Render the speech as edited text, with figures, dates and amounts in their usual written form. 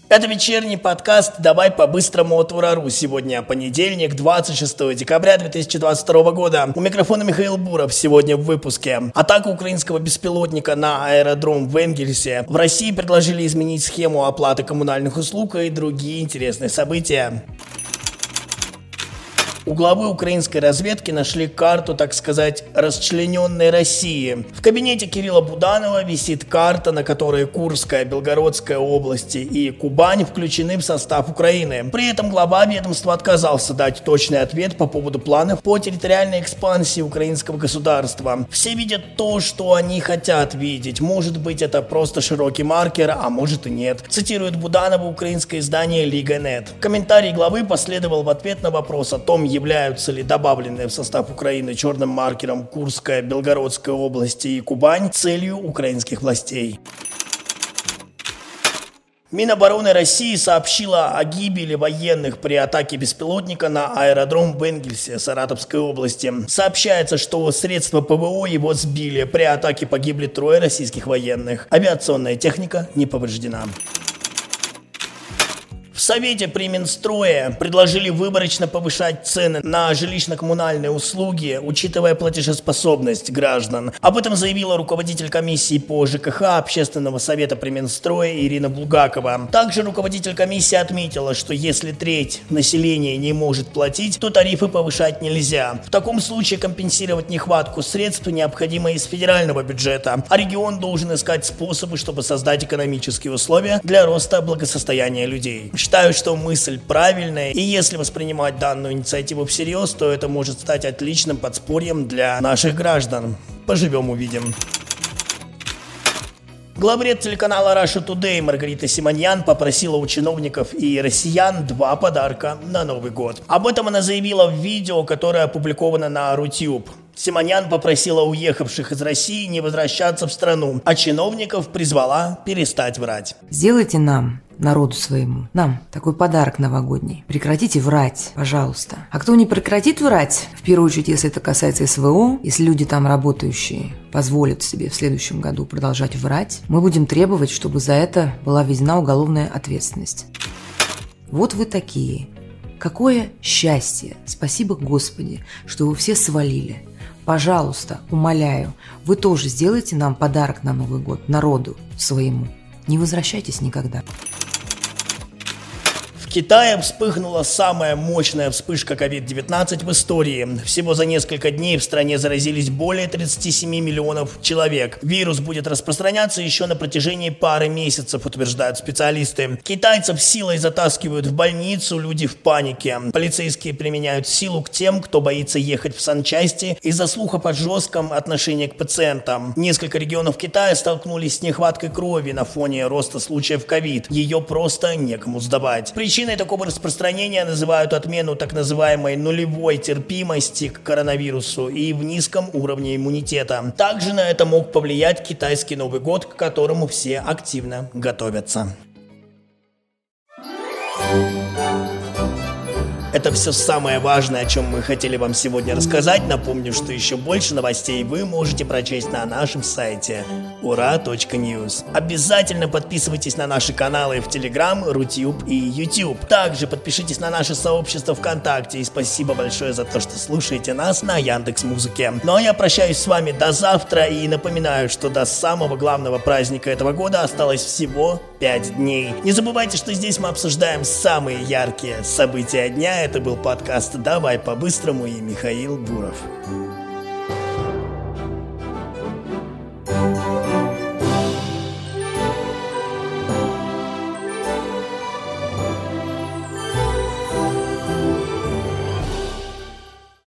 Это вечерний подкаст «Давай по-быстрому» от Ура.ру. Сегодня понедельник, 26 декабря 2022 года. У микрофона Михаил Буров. Сегодня в выпуске. Атака украинского беспилотника на аэродром в Энгельсе. В России предложили изменить схему оплаты коммунальных услуг и другие интересные события. У главы украинской разведки нашли карту, так сказать, расчлененной России. В кабинете Кирилла Буданова висит карта, на которой Курская, Белгородская области и Кубань включены в состав Украины. При этом глава ведомства отказался дать точный ответ по поводу планов по территориальной экспансии украинского государства. Все видят то, что они хотят видеть. Может быть, это просто широкий маркер, а может и нет. Цитирует Буданова украинское издание Лига.нет. Комментарий главы последовал в ответ на вопрос о том, являются ли добавленные в состав Украины черным маркером Курская, Белгородская области и Кубань целью украинских властей. Минобороны России сообщила о гибели военных при атаке беспилотника на аэродром в Энгельсе Саратовской области. Сообщается, что средства ПВО его сбили. При атаке погибли 3 российских военных. Авиационная техника не повреждена. В Совете при Минстрое предложили выборочно повышать цены на жилищно-коммунальные услуги, учитывая платежеспособность граждан. Об этом заявила руководитель комиссии по ЖКХ Общественного совета при Минстрое Ирина Булгакова. Также руководитель комиссии отметила, что если треть населения не может платить, то тарифы повышать нельзя. В таком случае компенсировать нехватку средств необходимо из федерального бюджета, а регион должен искать способы, чтобы создать экономические условия для роста благосостояния людей. Считаю, что мысль правильная, и если воспринимать данную инициативу всерьез, то это может стать отличным подспорьем для наших граждан. Поживем, увидим. Главред телеканала Russia Today Маргарита Симоньян попросила у чиновников и россиян 2 подарка на Новый год. Об этом она заявила в видео, которое опубликовано на Рутюб. Симоньян попросила уехавших из России не возвращаться в страну, а чиновников призвала перестать врать. Сделайте нам, народу своему, нам такой подарок новогодний. Прекратите врать, пожалуйста. А кто не прекратит врать, в первую очередь, если это касается СВО, если люди там работающие позволят себе в следующем году продолжать врать, мы будем требовать, чтобы за это была введена уголовная ответственность. Вот вы такие. Какое счастье! Спасибо, Господи, что вы все свалили. Пожалуйста, умоляю, вы тоже сделайте нам подарок на Новый год, народу своему. Не возвращайтесь никогда. В Китае вспыхнула самая мощная вспышка COVID-19 в истории. Всего за несколько дней в стране заразились более 37 миллионов человек. Вирус будет распространяться еще на протяжении пары месяцев, утверждают специалисты. Китайцев силой затаскивают в больницу, люди в панике. Полицейские применяют силу к тем, кто боится ехать в санчасти из-за слухов о жестком отношении к пациентам. Несколько регионов Китая столкнулись с нехваткой крови на фоне роста случаев COVID. Ее просто некому сдавать. Причиной такого распространения называют отмену так называемой нулевой терпимости к коронавирусу и в низком уровне иммунитета. Также на это мог повлиять китайский Новый год, к которому все активно готовятся. Это все самое важное, о чем мы хотели вам сегодня рассказать. Напомню, что еще больше новостей вы можете прочесть на нашем сайте ura.news. Обязательно подписывайтесь на наши каналы в Telegram, Рутюб и YouTube. Также подпишитесь на наше сообщество ВКонтакте. И спасибо большое за то, что слушаете нас на Яндекс.Музыке. Ну а я прощаюсь с вами до завтра и напоминаю, что до самого главного праздника этого года осталось всего 5 дней. Не забывайте, что здесь мы обсуждаем самые яркие события дня. Это был подкаст «Давай по-быстрому» и Михаил Буров.